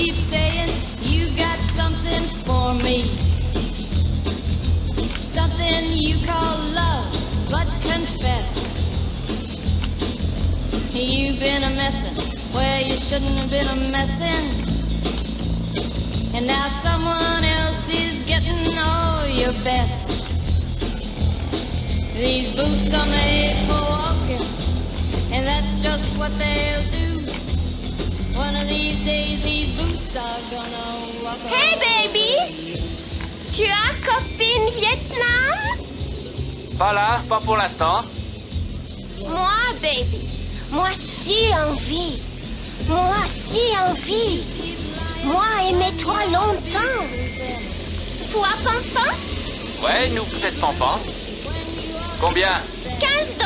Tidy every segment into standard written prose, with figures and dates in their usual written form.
keep saying you got something for me. Something you call love, but confess you've been a messin' where you shouldn't have been a messin'. And now someone else is getting all your best. These boots are made for walking, and that's just what they'll do. One of these days these boots are gonna walk away. Hey baby, tu as copine Vietnam? Pas là, pas pour l'instant. Moi baby, moi si envie. Moi si envie. Moi aimais-toi longtemps. Toi Fanfan? Ouais, nous peut-être Pampan. Combien? $15.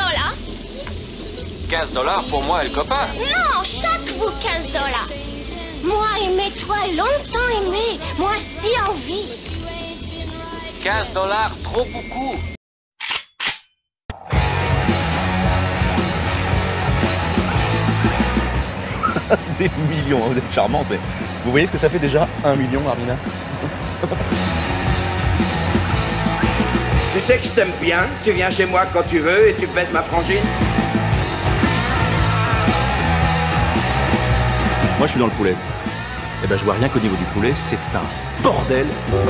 15 $ pour moi et le copain. Non, chaque vous $15. Moi aimais-toi longtemps aimé. Moi si envie. 15 $, trop beaucoup. Des millions, vous êtes charmante. Mais vous voyez ce que ça fait déjà 1 million, Armina? Tu sais que je t'aime bien, tu viens chez moi quand tu veux et tu baisses ma frangine. Moi, je suis dans le poulet. Eh ben, je vois rien qu'au niveau du poulet, c'est un bordel.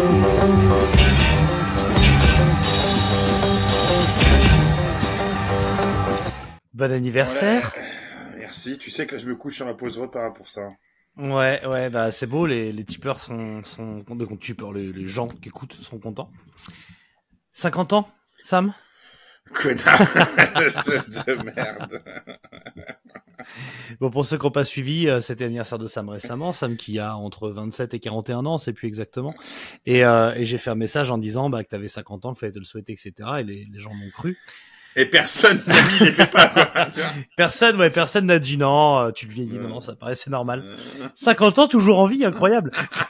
Bon anniversaire. Ouais, merci, tu sais que là je me couche sur ma pause repas pour ça. Ouais, bah c'est beau, les tipeurs sont tipeurs, les gens qui écoutent sont contents. 50 ans, Sam? Connard, espèce de merde. Bon, pour ceux qui n'ont pas suivi, c'était l'anniversaire de Sam récemment, Sam qui a entre 27 et 41 ans, c'est plus exactement. Et j'ai fait un message en disant que t'avais 50 ans, qu'il fallait te le souhaiter, etc. Et les gens m'ont cru. Et personne n'a dit, les fait pas, quoi. Personne n'a dit non, tu le vieillis, non, ça paraissait normal. 50 ans, toujours en vie, incroyable.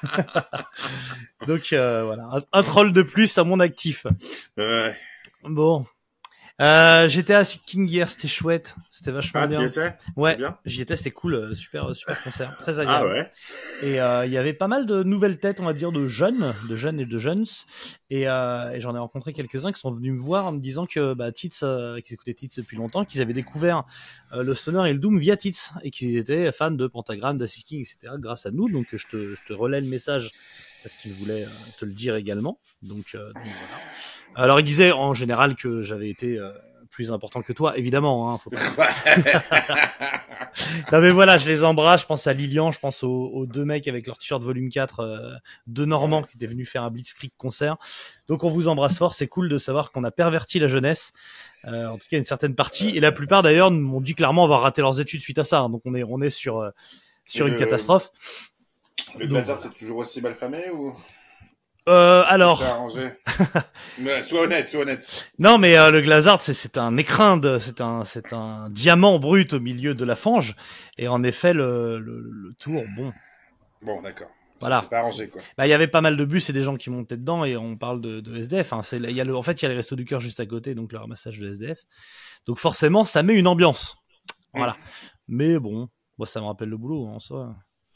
Donc, voilà, un troll de plus à mon actif. Ouais. Bon. J'étais à Sid King hier, c'était chouette, c'était vachement bien. Ah, tu y étais? Ouais, bien j'y étais, c'était cool, super concert, très agréable. Ah ouais. Et il y avait pas mal de nouvelles têtes, on va dire, de jeunes et de jeunes. Et j'en ai rencontré quelques-uns qui sont venus me voir en me disant que Tits, qu'ils écoutaient Tits depuis longtemps, qu'ils avaient découvert le stoner et le doom via Tits et qu'ils étaient fans de Pentagram, d'Acid King, etc. grâce à nous. Donc je te relais le message parce qu'ils voulaient te le dire également. Donc voilà. Alors il disait en général que j'avais été plus important que toi, évidemment. Hein, faut pas... Non mais voilà, je les embrasse. Je pense à Lilian, je pense aux deux mecs avec leur t-shirt volume 4 de Normands qui étaient venus faire un Blitzkrieg concert. Donc on vous embrasse fort. C'est cool de savoir qu'on a perverti la jeunesse, en tout cas une certaine partie. Et la plupart d'ailleurs m'ont dit clairement avoir raté leurs études suite à ça. Donc on est sur une catastrophe. Le Glazart, c'est toujours aussi mal famé ou? Alors. C'est arrangé. Mais, sois honnête. Non, mais le Glazart, c'est un écrin c'est un diamant brut au milieu de la fange. Et en effet, le tour, bon. Bon, d'accord. Voilà. C'est pas arrangé, quoi. Il y avait pas mal de bus et des gens qui montaient dedans et on parle de SDF. Hein. En fait, il y a les Restos du Cœur juste à côté, donc le ramassage de SDF. Donc forcément, ça met une ambiance. Voilà. Mais bon, moi, ça me rappelle le boulot, en soi.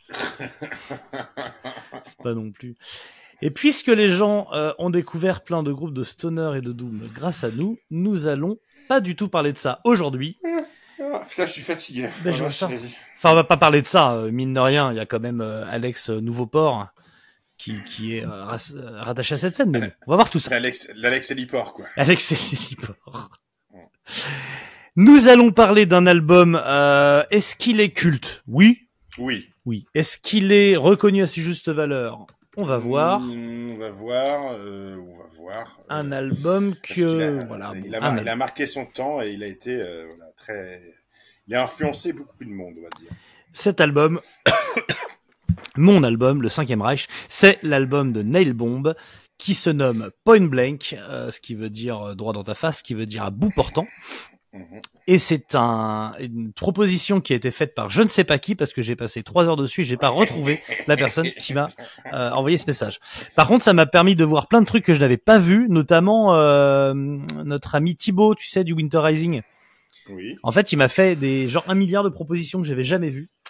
C'est pas non plus. Et puisque les gens ont découvert plein de groupes de stoner et de doom grâce à nous, nous allons pas du tout parler de ça aujourd'hui. Putain, je suis fatigué. Ben, je vois ça. Enfin, on va pas parler de ça. Mine de rien, il y a quand même Alex Nouveauport qui est rattaché à cette scène. Mais bon, on va voir tout ça. L'Alex Héliport, quoi. Alex Héliport. Nous allons parler d'un album. Est-ce qu'il est culte? Oui. Oui. Est-ce qu'il est reconnu à ses justes valeurs? On va voir. On va voir. Un album que voilà. Il a marqué son temps et il a été il a influencé beaucoup de monde, on va dire. Cet album, mon album, le 5e Reich, c'est l'album de Nail Bomb qui se nomme Point Blank, ce qui veut dire droit dans ta face, ce qui veut dire à bout portant. Et c'est une proposition qui a été faite par je ne sais pas qui, parce que j'ai passé 3 heures dessus et j'ai pas retrouvé la personne qui m'a envoyé ce message. Par contre, ça m'a permis de voir plein de trucs que je n'avais pas vus, notamment notre ami Thibaut, tu sais, du Winter Rising. Oui. En fait, il m'a fait genre 1 milliard de propositions que j'avais jamais vues.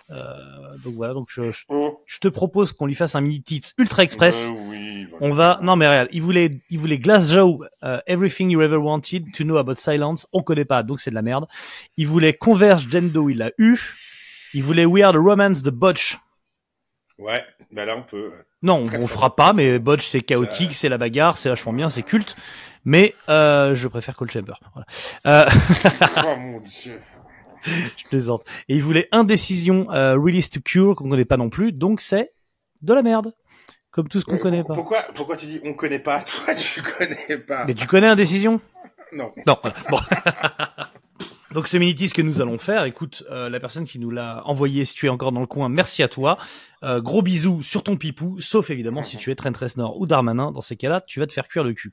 Donc voilà, donc je te propose qu'on lui fasse un mini tits ultra express. Oui, voilà. On va, non mais regarde, il voulait Glassjaw, Everything You Ever Wanted to Know About Silence, on connaît pas, donc c'est de la merde. Il voulait Converge Jendo, il l'a eu. Il voulait We Are the Romance de Botch. Ouais, bah là on peut. Non, on fera pas, mais Botch c'est chaotique, c'est la bagarre, c'est vachement bien, c'est culte. Mais je préfère Cold Chamber. Voilà. Oh mon dieu. Je plaisante. Et il voulait Indécision, Release to Cure, qu'on connaît pas non plus, donc c'est de la merde. Comme tout ce qu'on connaît pas. Pourquoi tu dis on connaît pas? Toi, tu connais pas. Mais tu connais Indécision? Non. Non, voilà. Bon. Donc ce mini-tease que nous allons faire, écoute, la personne qui nous l'a envoyé, si tu es encore dans le coin, merci à toi. Gros bisous sur ton pipou, sauf évidemment si tu es Trent Reznor ou Darmanin, dans ces cas-là, tu vas te faire cuire le cul.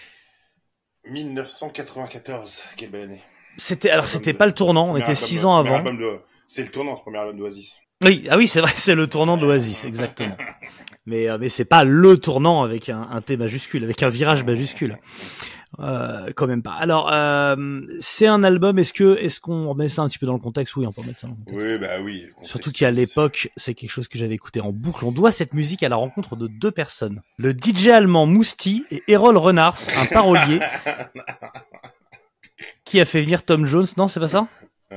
1994, quelle belle année. C'était pas le tournant, on était 6 ans avant. C'est le tournant, ce premier album d'Oasis. Oui, ah oui, c'est vrai, c'est le tournant d'Oasis, exactement. Mais c'est pas le tournant avec un T majuscule, avec un virage majuscule. Quand même pas. Alors, c'est un album, est-ce qu'on remet ça un petit peu dans le contexte? Oui, on peut remettre ça dans le contexte. Oui, bah oui. Surtout qu'à l'époque, c'est quelque chose que j'avais écouté en boucle. On doit cette musique à la rencontre de 2 personnes. Le DJ allemand Mousti et Errol Renars, un parolier, qui a fait venir Tom Jones. Non, c'est pas ça?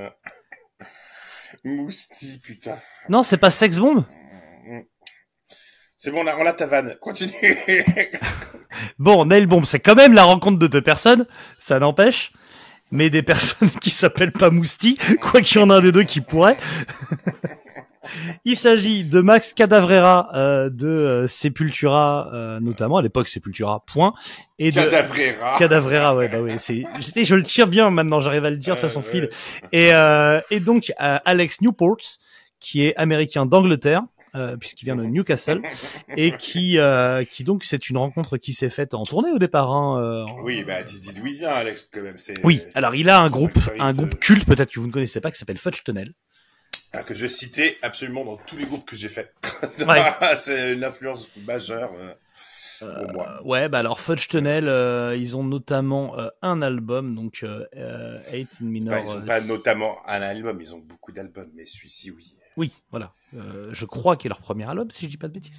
Mousti, putain. Non, c'est pas Sex Bomb? C'est bon, on a ta vanne. Continue. Bon, Nail Bomb, c'est quand même la rencontre de 2 personnes, ça n'empêche. Mais des personnes qui s'appellent pas Mousti, quoi qu'il y en a un des 2 qui pourrait. Il s'agit de Max Cadavrera, de Sepultura, notamment, à l'époque Sepultura, point. Et Cadavrera. Cadavrera, ouais, bah oui, je le tire bien maintenant, j'arrive à le dire de façon fluide. Et donc, Alex Newport, qui est américain d'Angleterre, puisqu'il vient de Newcastle, et qui donc c'est une rencontre qui s'est faite en tournée au départ. Oui, bah dis d'où il vient, Alex, quand même. Oui, alors il a un groupe culte, peut-être que vous ne connaissez pas, qui s'appelle Fudge Tunnel. Alors que je citais absolument dans tous les groupes que j'ai fait. Ouais. C'est une influence majeure pour moi. Ouais, bah alors Fudge Tunnel, ils ont notamment un album, donc 8 in Minor. Ils ont pas notamment un album, ils ont beaucoup d'albums, mais celui-ci, oui. Oui, voilà. Je crois qu'il est leur premier album, si je dis pas de bêtises.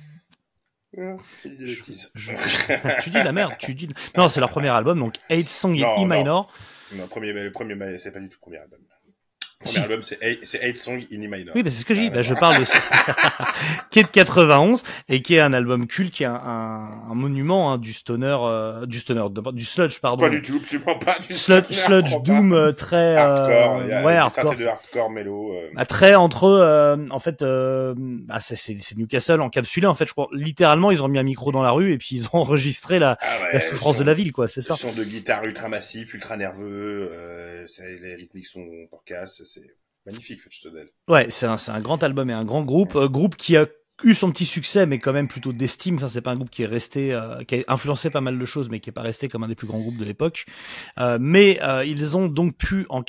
Tu dis la merde, Non, c'est leur premier album, donc 8 Song in E minor. Non, le premier, c'est pas du tout le premier album. Le premier album, c'est 8 Song in E minor. Oui, bah c'est ce que j'ai dit. Je parle de ça. Qui est de 91 et qui est un album culte, qui est un monument du sludge, pardon. Pas du tout, absolument pas du sludge doom très hardcore. Ouais, hardcore. De hardcore mélo. Très entre en fait c'est Newcastle encapsulé en fait, je crois. Littéralement, ils ont mis un micro dans la rue et puis ils ont enregistré la souffrance de la ville, quoi. C'est ça. Son de guitare ultra massif, ultra nerveux. Les rythmiques sont porcasses. C'est magnifique, Fudge Tunnel. Ouais, c'est un grand album et un grand groupe qui a eu son petit succès, mais quand même plutôt d'estime. Enfin, c'est pas un groupe qui est resté, qui a influencé pas mal de choses, mais qui est pas resté comme un des plus grands groupes de l'époque. Mais ils ont donc pu en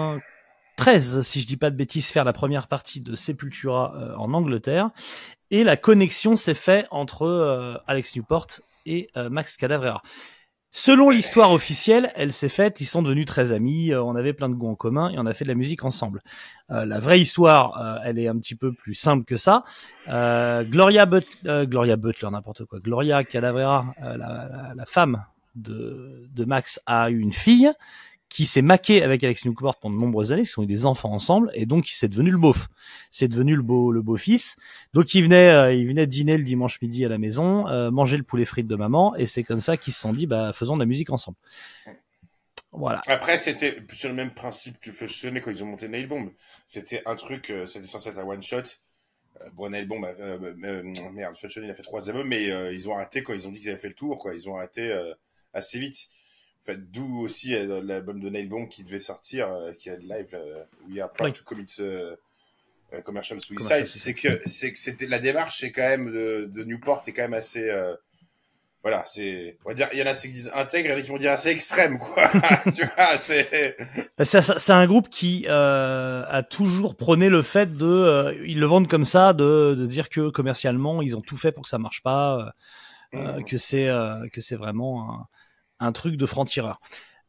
93, si je dis pas de bêtises, faire la première partie de Sepultura en Angleterre. Et la connexion s'est faite entre Alex Newport et Max Cadavrera. Selon l'histoire officielle, elle s'est faite, ils sont devenus très amis, on avait plein de goûts en commun et on a fait de la musique ensemble. La vraie histoire, elle est un petit peu plus simple que ça. Gloria Butler, n'importe quoi. Gloria Cadavrera, la femme de Max, a eu une fille qui s'est maquée avec Alex Newport pendant de nombreuses années, ils ont eu des enfants ensemble, et donc c'est devenu le beauf. C'est devenu le beau-fils. Donc il venait dîner le dimanche midi à la maison, manger le poulet frites de maman, et c'est comme ça qu'ils se sont dit, faisons de la musique ensemble. Voilà. Après, c'était sur le même principe que Fudge Tunnel quand ils ont monté Nail Bomb. C'était un truc, c'était censé être un one shot. Nail Bomb, Fudge Tunnel, il a fait 3 albums, mais ils ont arrêté quand ils ont dit qu'ils avaient fait le tour, quoi. Ils ont arrêté assez vite. En fait, d'où aussi l'album de Nail Bomb qui devait sortir, qui a le live où il y a Proud to Commit Commercial Suicide. C'est que c'était la démarche, c'est quand même de Newport est quand même assez voilà, on va dire, il y en a qui disent intègre, il y en a qui vont dire assez extrême, quoi. Tu vois, c'est un groupe qui a toujours prôné le fait ils le vendent comme ça, de dire que commercialement ils ont tout fait pour que ça marche pas, que c'est vraiment un truc de franc-tireur.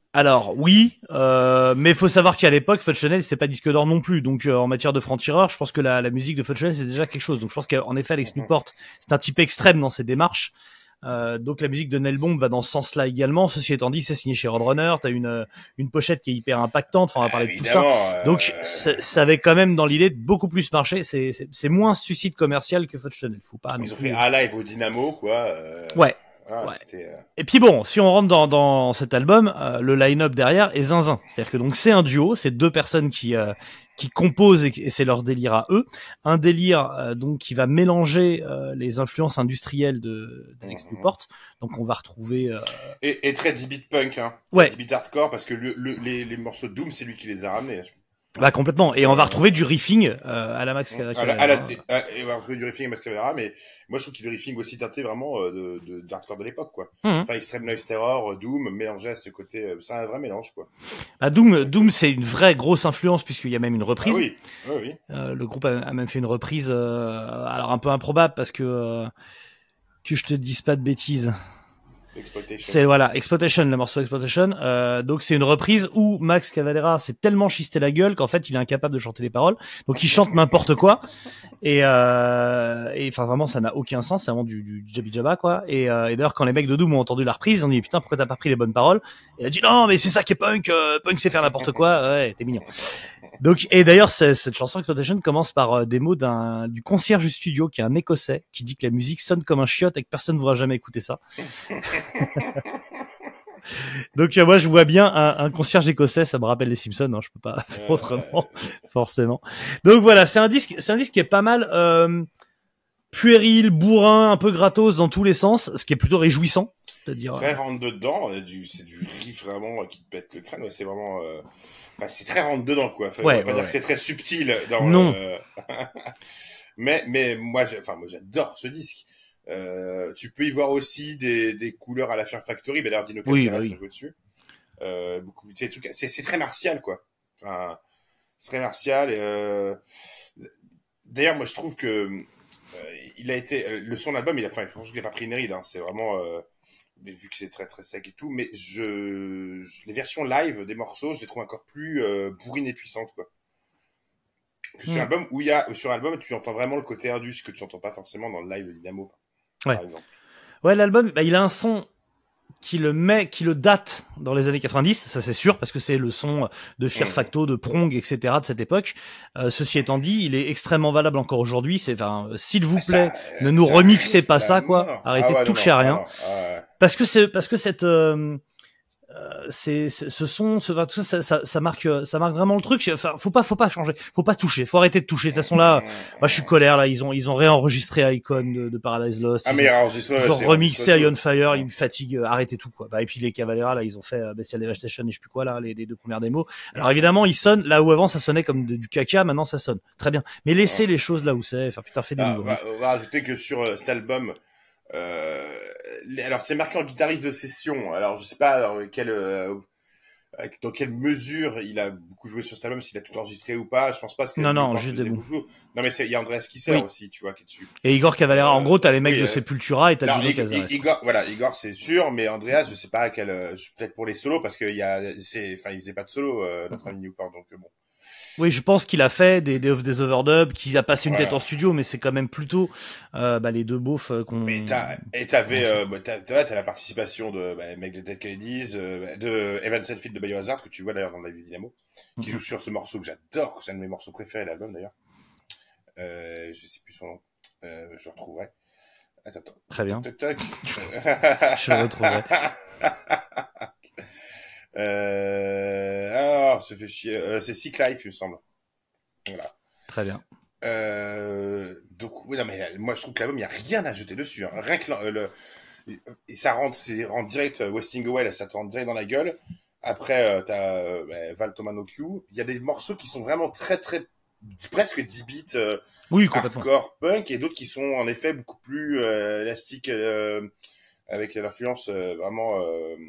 Alors oui, mais faut savoir qu'à l'époque, Fudge Tunnel c'était pas disque d'or non plus. Donc en matière de franc-tireur, je pense que la musique de Fudge Tunnel c'est déjà quelque chose. Donc je pense qu'en effet, Alex Newport, c'est un type extrême dans ses démarches. Donc la musique de Neil Bomb va dans ce sens-là également. Ceci étant dit, c'est signé chez Roadrunner. T'as une pochette qui est hyper impactante. Enfin, on va parler de tout ça. Donc ça avait quand même dans l'idée de beaucoup plus marcher. C'est moins suicide commercial que Fudge Tunnel. Faut pas. Ils ont fait Alive au Dynamo, quoi. Ouais. Voilà, ouais. Et puis bon, si on rentre dans cet album, le line-up derrière est zinzin. C'est-à-dire que donc c'est un duo, c'est deux personnes qui composent et c'est leur délire à eux. Un délire donc qui va mélanger les influences industrielles d'Alex Newport. Donc on va retrouver et très 10-bit punk, hein. Ouais. 10-bit hardcore parce que les morceaux de Doom, c'est lui qui les a ramenés. Bah complètement. Et on va retrouver du riffing à la Max Cavalera. Et on va retrouver du riffing à Max Cavalera, mais moi je trouve qu'il y a du riffing aussi teinté vraiment d'hardcore de l'époque, quoi. Enfin, Extreme Noise Terror, Doom, mélangé à ce côté, c'est un vrai mélange, quoi. Bah Doom c'est une vraie grosse influence puisqu'il y a même une reprise. Ah oui, oui. Le groupe a même fait une reprise, alors un peu improbable parce que je te dise pas de bêtises. C'est voilà, Exploitation, le morceau Exploitation. Donc c'est une reprise où Max Cavalera s'est tellement schisté la gueule qu'en fait il est incapable de chanter les paroles. Donc il chante n'importe quoi. Et enfin vraiment ça n'a aucun sens, c'est vraiment du jabby jabba quoi. Et d'ailleurs quand les mecs de Doom ont entendu la reprise, ils ont dit putain pourquoi t'as pas pris les bonnes paroles. Et il a dit non mais c'est ça qui est punk, punk c'est faire n'importe quoi. Ouais t'es mignon. Donc et d'ailleurs cette chanson Exploitation commence par des mots du concierge du studio qui est un Écossais qui dit que la musique sonne comme un chiotte et que personne ne voudra jamais écouter ça. Donc moi je vois bien un concierge écossais, ça me rappelle les Simpsons, hein, je peux pas faire autrement forcément. Donc voilà, c'est un disque qui est pas mal puéril, bourrin, un peu gratos dans tous les sens, ce qui est plutôt réjouissant, c'est-à-dire très rentre dedans, c'est du riff vraiment qui te pète le crâne, ouais, c'est vraiment enfin, c'est très rentre dedans quoi. Enfin, on va pas dire que c'est très subtil dans non. mais moi j'adore ce disque. Tu peux y voir aussi des couleurs à la Fear Factory, d'ailleurs Dino Caceres joue dessus. Beaucoup, c'est très martial quoi. Enfin, c'est très martial. D'ailleurs, moi je trouve que il a été le son de l'album, franchement, il a pas pris une ride. Hein, c'est vraiment, mais vu que c'est très très sec et tout, mais les versions live des morceaux, je les trouve encore plus bourrines et puissantes quoi. Que sur l'album où sur l'album tu entends vraiment le côté indus que tu entends pas forcément dans le live de Dynamo. Ouais. Ouais, l'album, il a un son qui le date dans les années 90, ça c'est sûr, parce que c'est le son de Fear Facto, de Prong, etc. de cette époque. Ceci étant dit, il est extrêmement valable encore aujourd'hui. S'il vous plaît, ne nous remixez pas ça, quoi. Arrêtez de toucher à rien. Parce que cette, ce son, tout ça marque vraiment le truc. Enfin, faut pas changer, faut pas toucher, faut arrêter de toucher. De toute façon là, moi je suis colère là. Ils ont réenregistré Icon de Paradise Lost. Ils ont remixé Ion Fire. Ils me fatiguent. Arrêtez tout quoi. Et puis les Cavalera là, ils ont fait Bestial Devastation et je sais plus quoi là, les deux premières démos. Alors évidemment, ils sonnent là où avant ça sonnait comme du caca. Maintenant ça sonne très bien. Mais laissez les choses là où c'est. Enfin putain, faites du nouveau. On va ajouter que sur cet album. Alors c'est marqué en guitariste de session. Alors je sais pas dans quelle mesure il a beaucoup joué sur cet album, s'il a tout enregistré ou pas. Je pense pas. Non, juste des bouts. Non mais il y a Andreas Kisser aussi, tu vois, qui est dessus. Et Igor Cavalera. En gros, t'as les mecs de Sepultura et t'as Dino Cazares. Igor c'est sûr, mais Andreas, je sais pas peut-être pour les solos parce que il faisait pas de solo notre ami Newport, donc bon. Oui, je pense qu'il a fait des overdubs, qu'il a passé une tête en studio, mais c'est quand même plutôt les deux beaufs qu'on. Mais t'as la participation de les mecs de Dead Kennedys, de Evan Selfield de Biohazard que tu vois d'ailleurs dans la vue Dynamo, qui joue sur ce morceau que j'adore, c'est un de mes morceaux préférés de l'album d'ailleurs. Je sais plus son nom, je le retrouverai. Attends. Très bien. Je le retrouverai. Se fait chier. C'est Sick Life, il me semble. Voilà. Très bien. Donc, oui, non, mais moi, je trouve que l'album, il n'y a rien à jeter dessus. Hein. Rien que ça rentre direct, Wasting Away, ça te rentre direct dans la gueule. Après, t'as Valtoma no Q. Il y a des morceaux qui sont vraiment très, très, presque 10 bits, hardcore, punk, et d'autres qui sont, en effet, beaucoup plus élastiques, avec l'influence vraiment...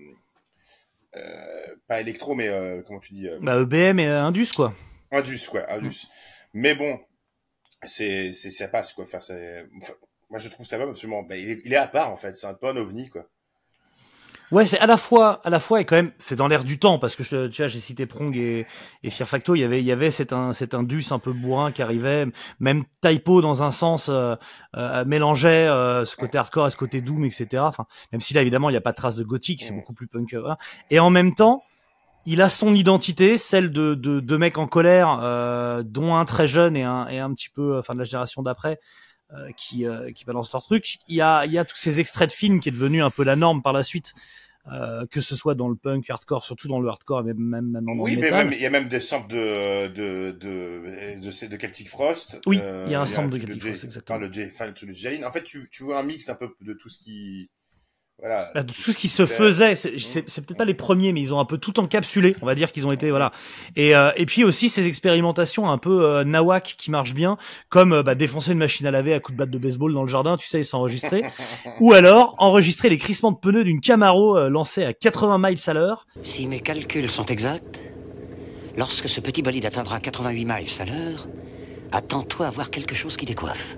pas électro, mais comment tu dis EBM et Indus quoi. Indus. Mais bon, ça passe quoi. Moi je trouve cet album absolument. Il est à part en fait. C'est un peu un ovni quoi. Ouais, c'est à la fois et quand même, c'est dans l'air du temps parce que tu vois, j'ai cité Prong et Fear Factor, il y avait cet indus un peu bourrin qui arrivait, même Typo dans un sens mélangeait ce côté hardcore et ce côté doom, etc. Enfin, même si là évidemment il y a pas de trace de gothique, c'est beaucoup plus punk. Voilà. Et en même temps, il a son identité, celle de mecs en colère, dont un très jeune et un petit peu, enfin de la génération d'après. Qui balance leur truc. Il y a tous ces extraits de films qui est devenu un peu la norme par la suite, que ce soit dans le punk hardcore, surtout dans le hardcore, même maintenant dans le metal. Oui, mais il y a même des samples de Celtic Frost. Oui, il y a un sample de Celtic Frost, exactement. Le Jaline. En fait, tu vois un mix un peu de tout ce qui, voilà. De tout ce qui se faisait, c'est peut-être pas les premiers, mais ils ont un peu tout encapsulé. On va dire qu'ils ont été, voilà. Et puis aussi ces expérimentations un peu nawak qui marchent bien, comme défoncer une machine à laver à coups de batte de baseball dans le jardin, tu sais, et s'enregistrer. Ou alors enregistrer les crissements de pneus d'une Camaro lancée à 80 miles à l'heure. Si mes calculs sont exacts, lorsque ce petit bolide atteindra 88 miles à l'heure, attends-toi à voir quelque chose qui décoiffe.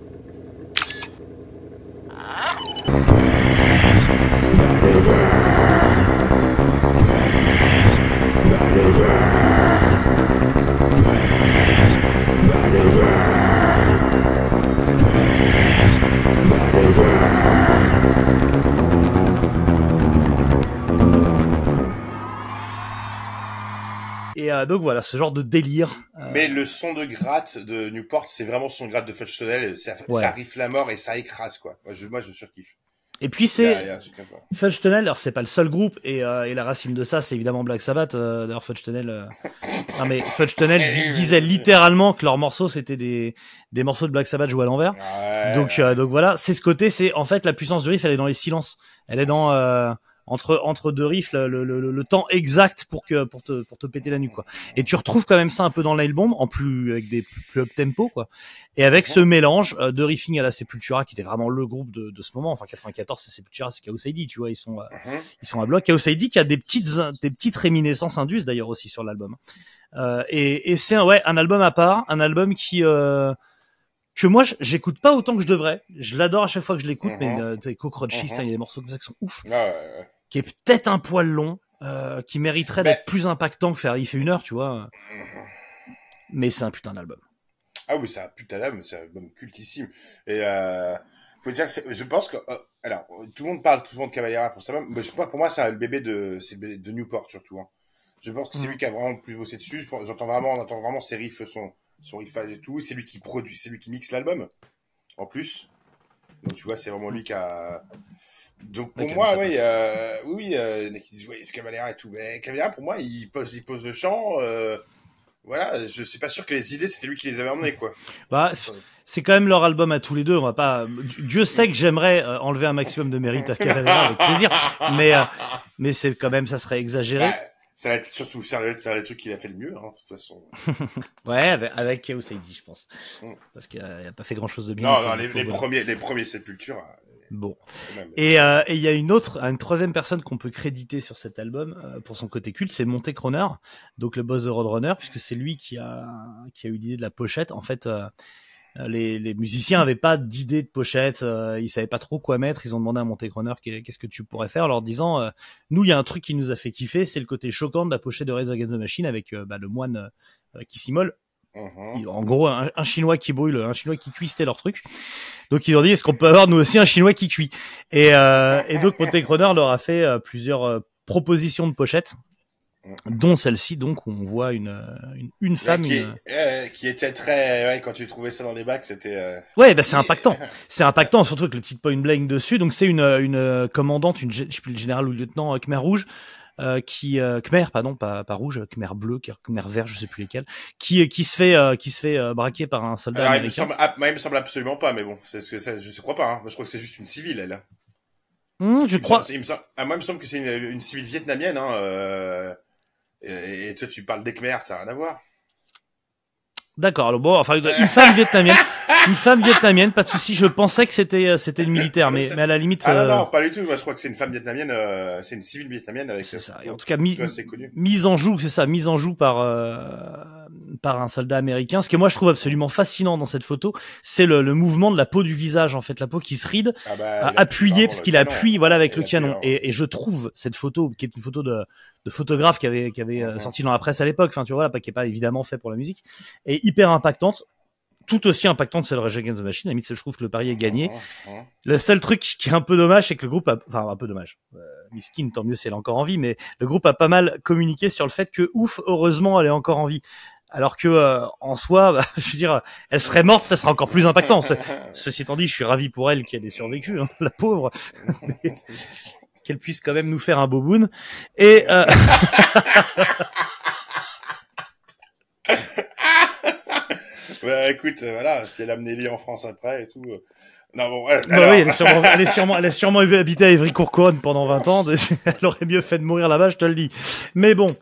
Et donc voilà, ce genre de délire. Mais le son de gratte de Newport, c'est vraiment son de gratte de Fudge Tunnel. Ça riffle la mort et ça écrase, quoi. Moi, je surkiffe. Et puis c'est Fudge Tunnel, alors c'est pas le seul groupe et la racine de ça c'est évidemment Black Sabbath. D'ailleurs Fudge Tunnel, non mais Fudge Tunnel disait littéralement que leurs morceaux c'était des morceaux de Black Sabbath joués à l'envers. Ouais. Donc voilà, c'est ce côté, c'est en fait la puissance du riff, elle est dans les silences, elle est dans entre deux riffs le temps exact pour te péter la nuque, quoi. Et tu retrouves quand même ça un peu dans Nail Bomb, en plus avec des plus up tempo, quoi. Et avec ce mélange de riffing à la Sepultura qui était vraiment le groupe de ce moment. Enfin 94 c'est Sepultura, c'est Chaos AD, tu vois, ils sont à bloc. Chaos AD qui a des petites réminiscences indus d'ailleurs aussi sur l'album. Et c'est un album à part, un album qui que moi j'écoute pas autant que je devrais. Je l'adore à chaque fois que je l'écoute, mais tu sais, Cockroach, il y a des morceaux comme ça qui sont ouf. Qui est peut-être un poil long, qui mériterait d'être plus impactant que il fait 1 heure, tu vois. Mais c'est un putain d'album. Ah oui, c'est un putain d'album, c'est un album cultissime. Et faut dire que je pense que alors tout le monde parle souvent de Cavalera pour ça, mais pour moi c'est le bébé de Newport surtout. Hein. Je pense que c'est lui qui a vraiment le plus bossé dessus. On entend vraiment ses riffs, son riffage et tout. C'est lui qui produit, c'est lui qui mixe l'album. En plus, donc tu vois, c'est vraiment lui qui a. Donc pour moi, oui, il y en a qui disent c'est Cavalera et tout. Mais Cavalera, pour moi, il pose le chant. Voilà, je suis pas sûr que les idées c'était lui qui les avait emmenées, quoi. C'est quand même leur album à tous les deux. On va pas. Dieu sait que j'aimerais enlever un maximum de mérite à Cavalera avec plaisir, mais c'est quand même, ça serait exagéré. Ça va être surtout les trucs qu'il a fait le mieux, hein, de toute façon. Ouais, avec Chaos AD, je pense, parce qu'il a pas fait grand chose de bien. Non, les premiers Sépultura. Bon. Et il y a une troisième personne qu'on peut créditer sur cet album pour son côté culte, c'est Monte Croner, donc le boss de Roadrunner, puisque c'est lui qui a eu l'idée de la pochette. En fait, les musiciens avaient pas d'idée de pochette, ils savaient pas trop quoi mettre. Ils ont demandé à Monte Croner qu'est-ce que tu pourrais faire, en leur disant nous il y a un truc qui nous a fait kiffer, c'est le côté choquant de la pochette de Rage Against the Machine avec le moine qui s'immole. En gros, un chinois qui brûle, un chinois qui cuit, c'était leur truc. Donc ils ont dit est-ce qu'on peut avoir nous aussi un chinois qui cuit, et donc Monte Croner leur a fait plusieurs propositions de pochettes, dont celle-ci, donc où on voit une femme qui était très quand tu trouvais ça dans les bacs, c'était c'est impactant, surtout avec le petit point blank dessus. Donc c'est une commandante, je sais plus, le général ou le lieutenant Khmer rouge, Khmer, pardon, pas rouge, Khmer bleu, Khmer vert, je sais plus lesquels, qui se fait braquer par un soldat américain. Il me semble absolument pas, mais bon, je crois pas, hein. Moi, je crois que c'est juste une civile, elle. Je crois. Moi, il me semble que c'est une civile vietnamienne, hein, et toi, tu parles des Khmer, ça n'a rien à voir. D'accord, alors bon, enfin, une femme vietnamienne, pas de souci. Je pensais que c'était une militaire, mais à la limite. Non, pas du tout. Moi, je crois que c'est une femme vietnamienne, c'est une civile vietnamienne avec. C'est ça. Et en tout cas, mise en joue, c'est ça, mise en joue par par un soldat américain. Ce que moi je trouve absolument fascinant dans cette photo, c'est le mouvement de la peau du visage, en fait, la peau qui se ride, appuyée, parce qu'il appuie, voilà, avec le canon. Et je trouve cette photo, qui est une photo de photographe qui avait sorti dans la presse à l'époque, enfin tu vois, qui est pas évidemment fait pour la musique, est hyper impactante. Tout aussi impactante, c'est le Rage Against the Machine. À la limite, je trouve que le pari est gagné. Le seul truc qui est un peu dommage, c'est que le groupe enfin, un peu dommage. Miskin, tant mieux si elle est encore en vie, mais le groupe a pas mal communiqué sur le fait que, ouf, heureusement, elle est encore en vie. Alors que, en soi, bah, je veux dire, elle serait morte, ça serait encore plus impactant. Ceci étant dit, je suis ravi pour elle qu'elle ait survécu, hein, la pauvre. Mais qu'elle puisse quand même nous faire un boboon. Et, bah écoute, voilà, puis elle a amené Lee en France après et tout. Non bon, bah oui, elle est sûrement habité à Évry-Courcouronne pendant 20 ans. Elle aurait mieux fait de mourir là-bas, je te le dis. Mais bon,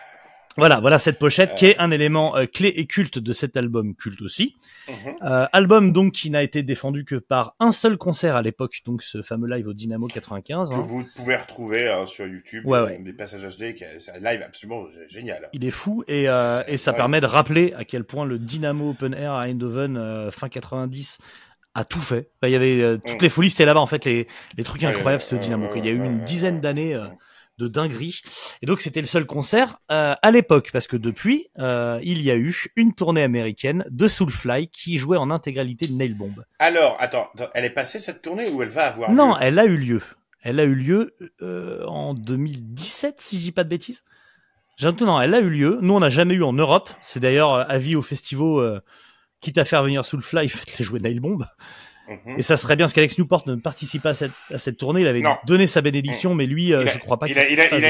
voilà cette pochette qui est un élément clé et culte de cet album culte aussi. Album donc qui n'a été défendu que par un seul concert à l'époque, donc ce fameux live au Dynamo 95. Que vous pouvez retrouver sur YouTube, des passages HD, c'est un live absolument génial. Il est fou et ça permet de rappeler à quel point le Dynamo Open Air à Eindhoven fin 90 a tout fait. Il y avait toutes les folies, c'était là-bas en fait, les trucs incroyables, c'était au Dynamo. Il y a eu une dizaine d'années de dinguerie. Et donc c'était le seul concert à l'époque, parce que depuis il y a eu une tournée américaine de Soulfly qui jouait en intégralité de Nail Bomb. Alors attends, elle est passée cette tournée ou elle va avoir Non, lieu? elle a eu lieu. Elle a eu lieu en 2017, si je dis pas de bêtises. Non, elle a eu lieu. Nous, on n'a jamais eu en Europe. C'est d'ailleurs avis au festival, quitte à faire venir Soulfly, faites-les jouer Nail Bomb. Et ça serait bien, parce qu'Alex Newport ne participe pas à cette tournée. Il avait donné sa bénédiction, mais lui, je crois pas qu'il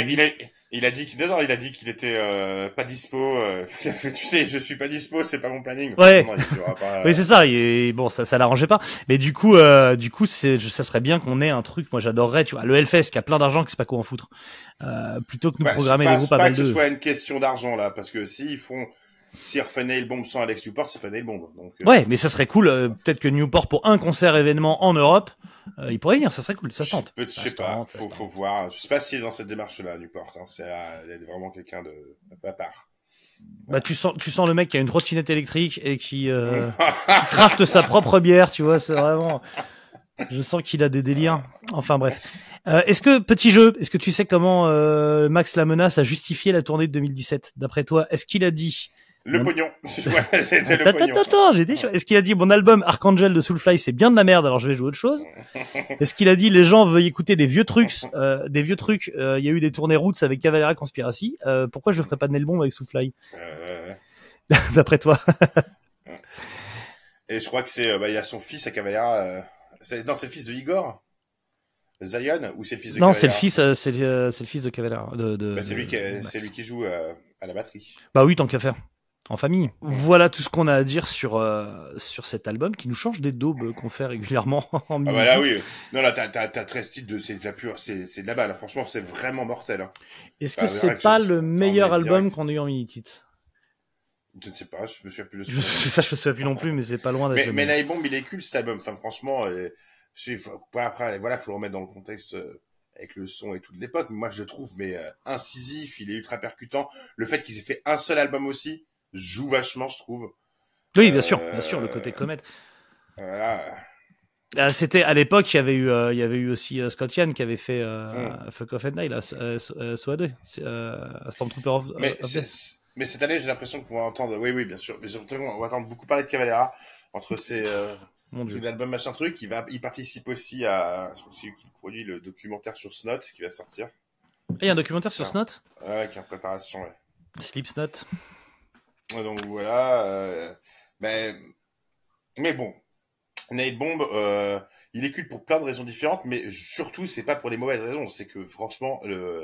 il a dit qu'il était pas dispo. Tu sais, je suis pas dispo, c'est pas mon planning. Ouais. Pas, oui, c'est ça. Et bon, ça l'arrangeait pas. Mais du coup, ça serait bien qu'on ait un truc. Moi, j'adorerais, tu vois, le Hellfest qui a plein d'argent, qui sait pas quoi en foutre, plutôt que nous programmer des groupes à pas que Val-d'Eux. ce soit une question d'argent là, parce que s'ils refait Nail Bomb sans Alex Newport, c'est pas Nail Bomb. Donc, ouais, mais ça serait cool. Peut-être que Newport, pour un concert événement en Europe, il pourrait venir. Ça serait cool. Ça se tente. Je sais pas. Faut voir. Je sais pas s'il est dans cette démarche-là, Newport. Hein. Il est vraiment quelqu'un de à part. Bah, tu sens le mec qui a une trottinette électrique et qui crafte sa propre bière. Tu vois, c'est vraiment. Je sens qu'il a des délires. Enfin bref. Est-ce que tu sais comment Max la Menace a justifié la tournée de 2017? D'après toi, est-ce qu'il a dit le pognon? C'était le pognon. Attends, j'ai dit. Est-ce qu'il a dit mon album Archangel de Soulfly c'est bien de la merde, alors je vais jouer autre chose? Est-ce qu'il a dit les gens veulent écouter des vieux trucs? Il y a eu des tournées Roots avec Cavalera Conspiracy. Pourquoi je ferais pas de Nail Bomb avec Soulfly? D'après toi? Et je crois que il y a son fils à Cavalera. C'est le fils de Igor. Zion ou c'est le fils de Non, Cavalera? c'est le fils de Cavalera. C'est lui qui joue à la batterie. Bah oui, tant qu'à faire. En famille. Voilà tout ce qu'on a à dire sur cet album qui nous change des daubes qu'on fait régulièrement en Ah bah là oui. Non là t'as 13 titres c'est de la pure, c'est de la balle. Franchement c'est vraiment mortel. Hein. Est-ce que c'est pas le meilleur album qu'on a eu en mini-kit? Je ne sais pas, je me souviens plus de ça. Je me souviens plus non plus, mais c'est pas loin d'être. Mais Nail Bomb il est cool cet album. Enfin franchement, après voilà faut le remettre dans le contexte. Avec le son et tout de l'époque, moi je le trouve incisif, il est ultra percutant. Le fait qu'ils aient fait un seul album aussi joue vachement, je trouve. Oui, bien sûr, le côté comète. Voilà. C'était à l'époque, il y avait eu aussi Scott Ian qui avait fait Fuck Off and Die, là, SOA2, Stormtrooper of Death. Mais cette année, j'ai l'impression qu'on va entendre, oui, bien sûr, mais on va entendre beaucoup parler de Cavalera entre ces l'album machin truc. Il participe aussi à, je crois que c'est lui qui produit le documentaire sur Snot qui va sortir. Et il y a un documentaire sur Snot? Ouais, qui est en préparation, ouais. Sleep Snot. Donc voilà, mais bon, Nail Bomb, il est culte pour plein de raisons différentes, mais surtout c'est pas pour les mauvaises raisons, c'est que franchement,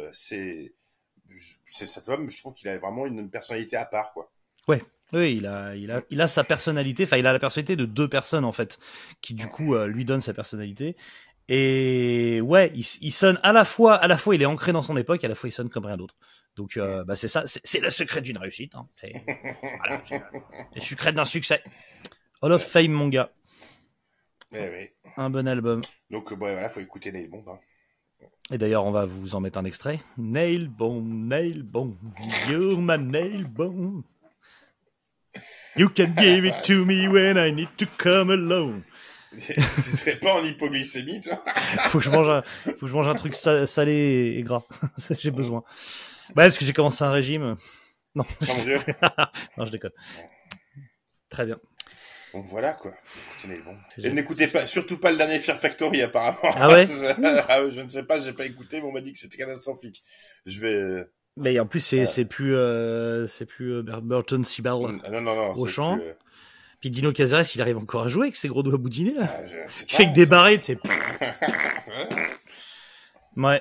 cet homme, je trouve qu'il a vraiment une personnalité à part, quoi. Ouais, oui, il a sa personnalité, enfin il a la personnalité de deux personnes en fait, qui du coup lui donnent sa personnalité. Et ouais, il sonne à la fois il est ancré dans son époque, à la fois il sonne comme rien d'autre. Donc c'est ça, c'est le secret d'une réussite. Hein. Voilà, le secret d'un succès. Hall of Fame, mon gars. Oui. Un bon album. Donc voilà, faut écouter Nail Bomb. Hein. Et d'ailleurs, on va vous en mettre un extrait. Nail Bomb, you're my Nail Bomb. You can give it to me when I need to come alone. Tu serais pas en hypoglycémie, toi? Faut que je mange un truc salé et gras. J'ai besoin. Bah, parce que j'ai commencé un régime. Non. Oh mon Dieu. Non, je déconne. Très bien. Donc voilà, quoi. Écoutez, bon. Et n'écoutez pas, surtout pas le dernier Fear Factory, apparemment. Ah ouais? Je ne sais pas, j'ai pas écouté, mais on m'a dit que c'était catastrophique. Je vais... Mais en plus, c'est plus Burton Sibel non, au chant. Plus, Puis Dino Cazares, il arrive encore à jouer avec ses gros doigts boudinés, là. Il fait que des barrettes, c'est... Ouais.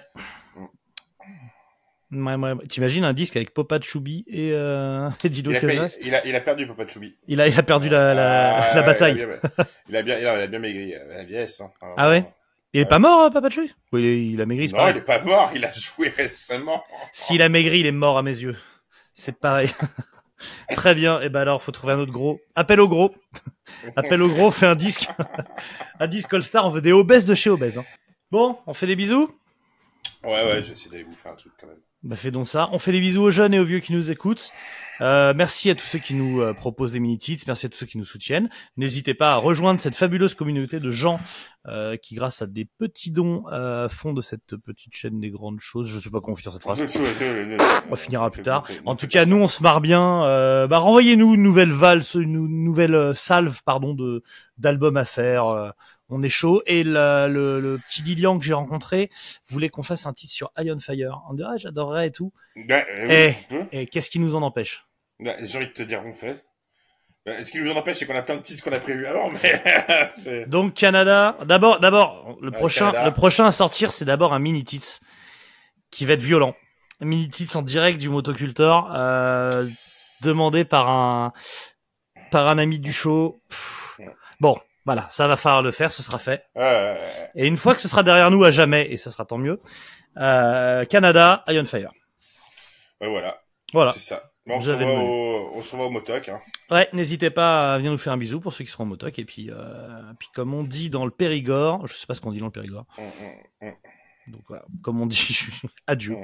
T'imagines un disque avec Popa Choubi et Dino Cazares? Il a perdu Popa Choubi. Il a perdu la bataille. Il a bien maigri, la vieillesse. Hein. Ah ouais? Il est pas mort, Papa Choubi? Oui, il a maigri, c'est non, il est pas mort, il a joué récemment. S'il a maigri, il est mort à mes yeux. C'est pareil. Très bien. Et ben alors, faut trouver un autre gros. Appel au gros. Appel au gros, fait un disque. Un disque All-Star, on veut des obèses de chez obèses. Hein. Bon, on fait des bisous? Ouais, je vais essayer d'aller vous faire un truc quand même. Bah fais donc ça. On fait des bisous aux jeunes et aux vieux qui nous écoutent. Merci à tous ceux qui nous proposent des mini-tits. Merci à tous ceux qui nous soutiennent. N'hésitez pas à rejoindre cette fabuleuse communauté de gens qui, grâce à des petits dons, font de cette petite chaîne des grandes choses. Je sais pas comment finir cette phrase. On finira plus tard. En tout cas, nous, on se marre bien. Renvoyez-nous une nouvelle salve, d'albums à faire. On est chaud. Et le petit Lilian que j'ai rencontré voulait qu'on fasse un titre sur Iron Fire. On dirait, j'adorerais et tout. Et qu'est-ce qui nous en empêche? J'ai envie de te dire, on fait. Ce qui nous en empêche, c'est qu'on a plein de titres qu'on a prévus avant, mais c'est... Donc, Canada. D'abord, le prochain à sortir, c'est d'abord un mini-tits qui va être violent. Un mini-tits en direct du Motocultor, demandé par un ami du show. Bon. Voilà, ça va falloir le faire, ce sera fait. Et une fois que ce sera derrière nous à jamais, et ça sera tant mieux, Canada, Iron Fire. Ouais, voilà. C'est ça. Bon, on se revoit au Motoc. Hein. Ouais, n'hésitez pas à venir nous faire un bisou pour ceux qui seront au Motoc. Et puis comme on dit dans le Périgord, je sais pas ce qu'on dit dans le Périgord. Donc voilà, comme on dit, adieu.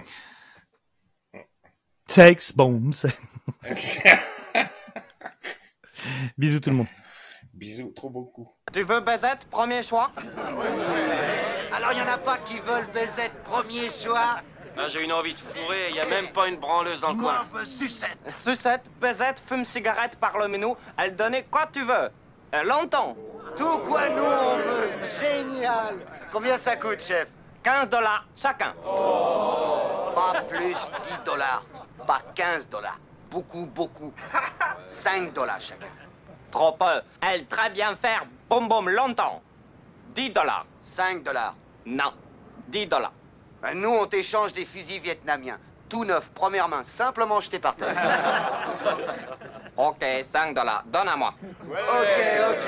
Sex bombs. Bisous tout le monde. Bisous, trop beaucoup. Tu veux Bézette, premier choix? Alors y en a pas qui veulent Bézette, premier choix? J'ai une envie de fourrer, il y a même pas une branleuse dans le coin. Moi, on veut sucette. Sucette, Bézette, fume cigarette, parle-nous. Elle donnait quoi tu veux. Longtemps. Tout quoi nous on veut. Génial. Combien ça coûte, chef? $15 chacun. Pas plus $10. Pas $15. Beaucoup. $5 chacun. Trop peu. Elle très bien faire boum longtemps. $10. $5. Non. $10. Ben nous, on t'échange des fusils vietnamiens. Tout neuf, première main, simplement jeté par terre. Ok, $5. Donne à moi. Ok.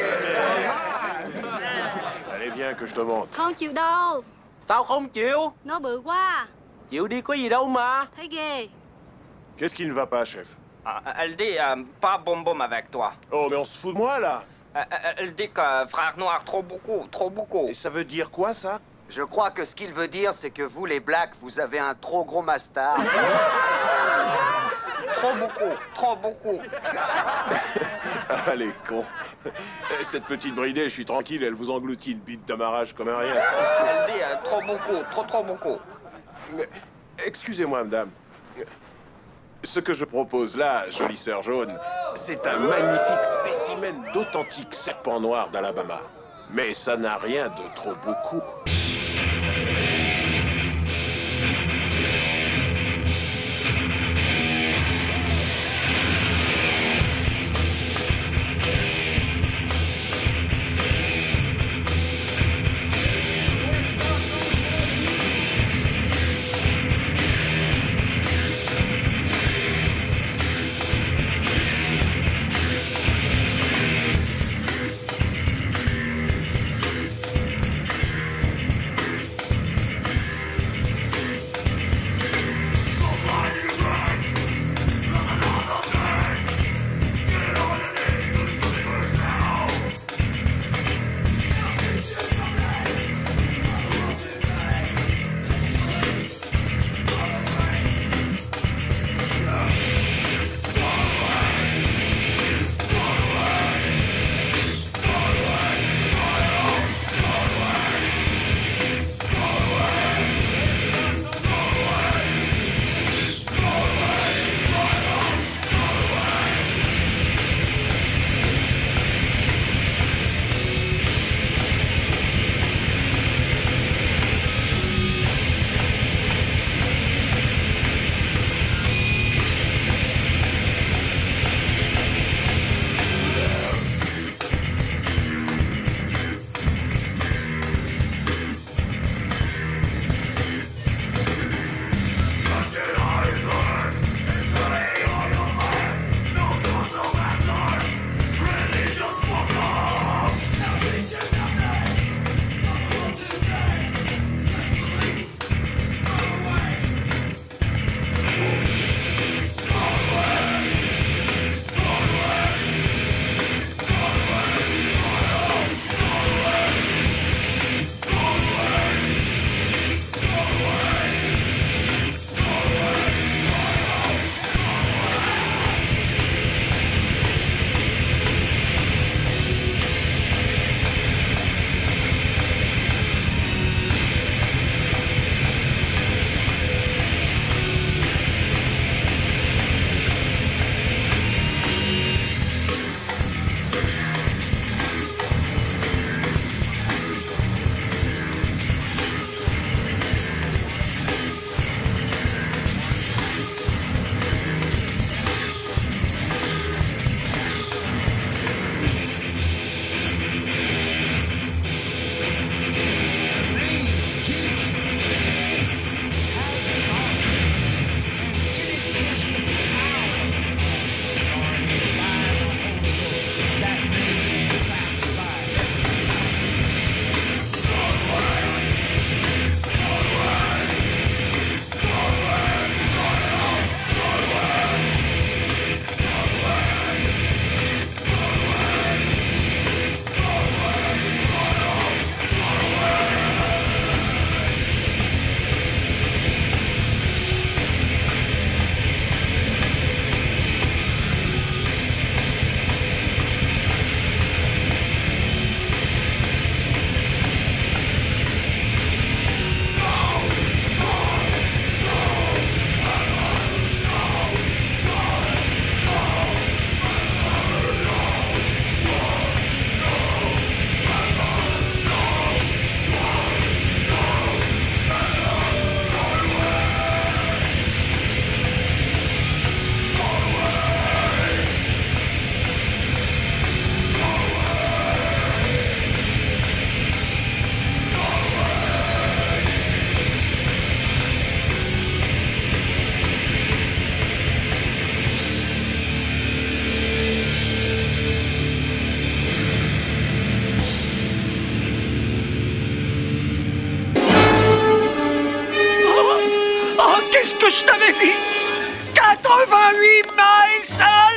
Allez, viens que je te montre. Không chịu đâu. Sao không chịu? Nó bự quá. Chịu đi có gì đâu mà. Thấy ghê. Qu'est-ce qui ne va pas, chef? Elle dit pas boum avec toi. Oh, mais on se fout de moi, là. Elle dit que frère noir, trop beaucoup. Et ça veut dire quoi, ça? Je crois que ce qu'il veut dire, c'est que vous, les blacks, vous avez un trop gros mastard. Trop beaucoup. Allez, con. Cette petite bridée, je suis tranquille, elle vous engloutit une bite d'amarrage comme un rien. Elle dit trop beaucoup. Mais, excusez-moi, madame. Ce que je propose là, jolie sœur jaune, c'est un magnifique spécimen d'authentique serpent noir d'Alabama. Mais ça n'a rien de trop beaucoup. Qu'est-ce que je t'avais dit? 88 miles à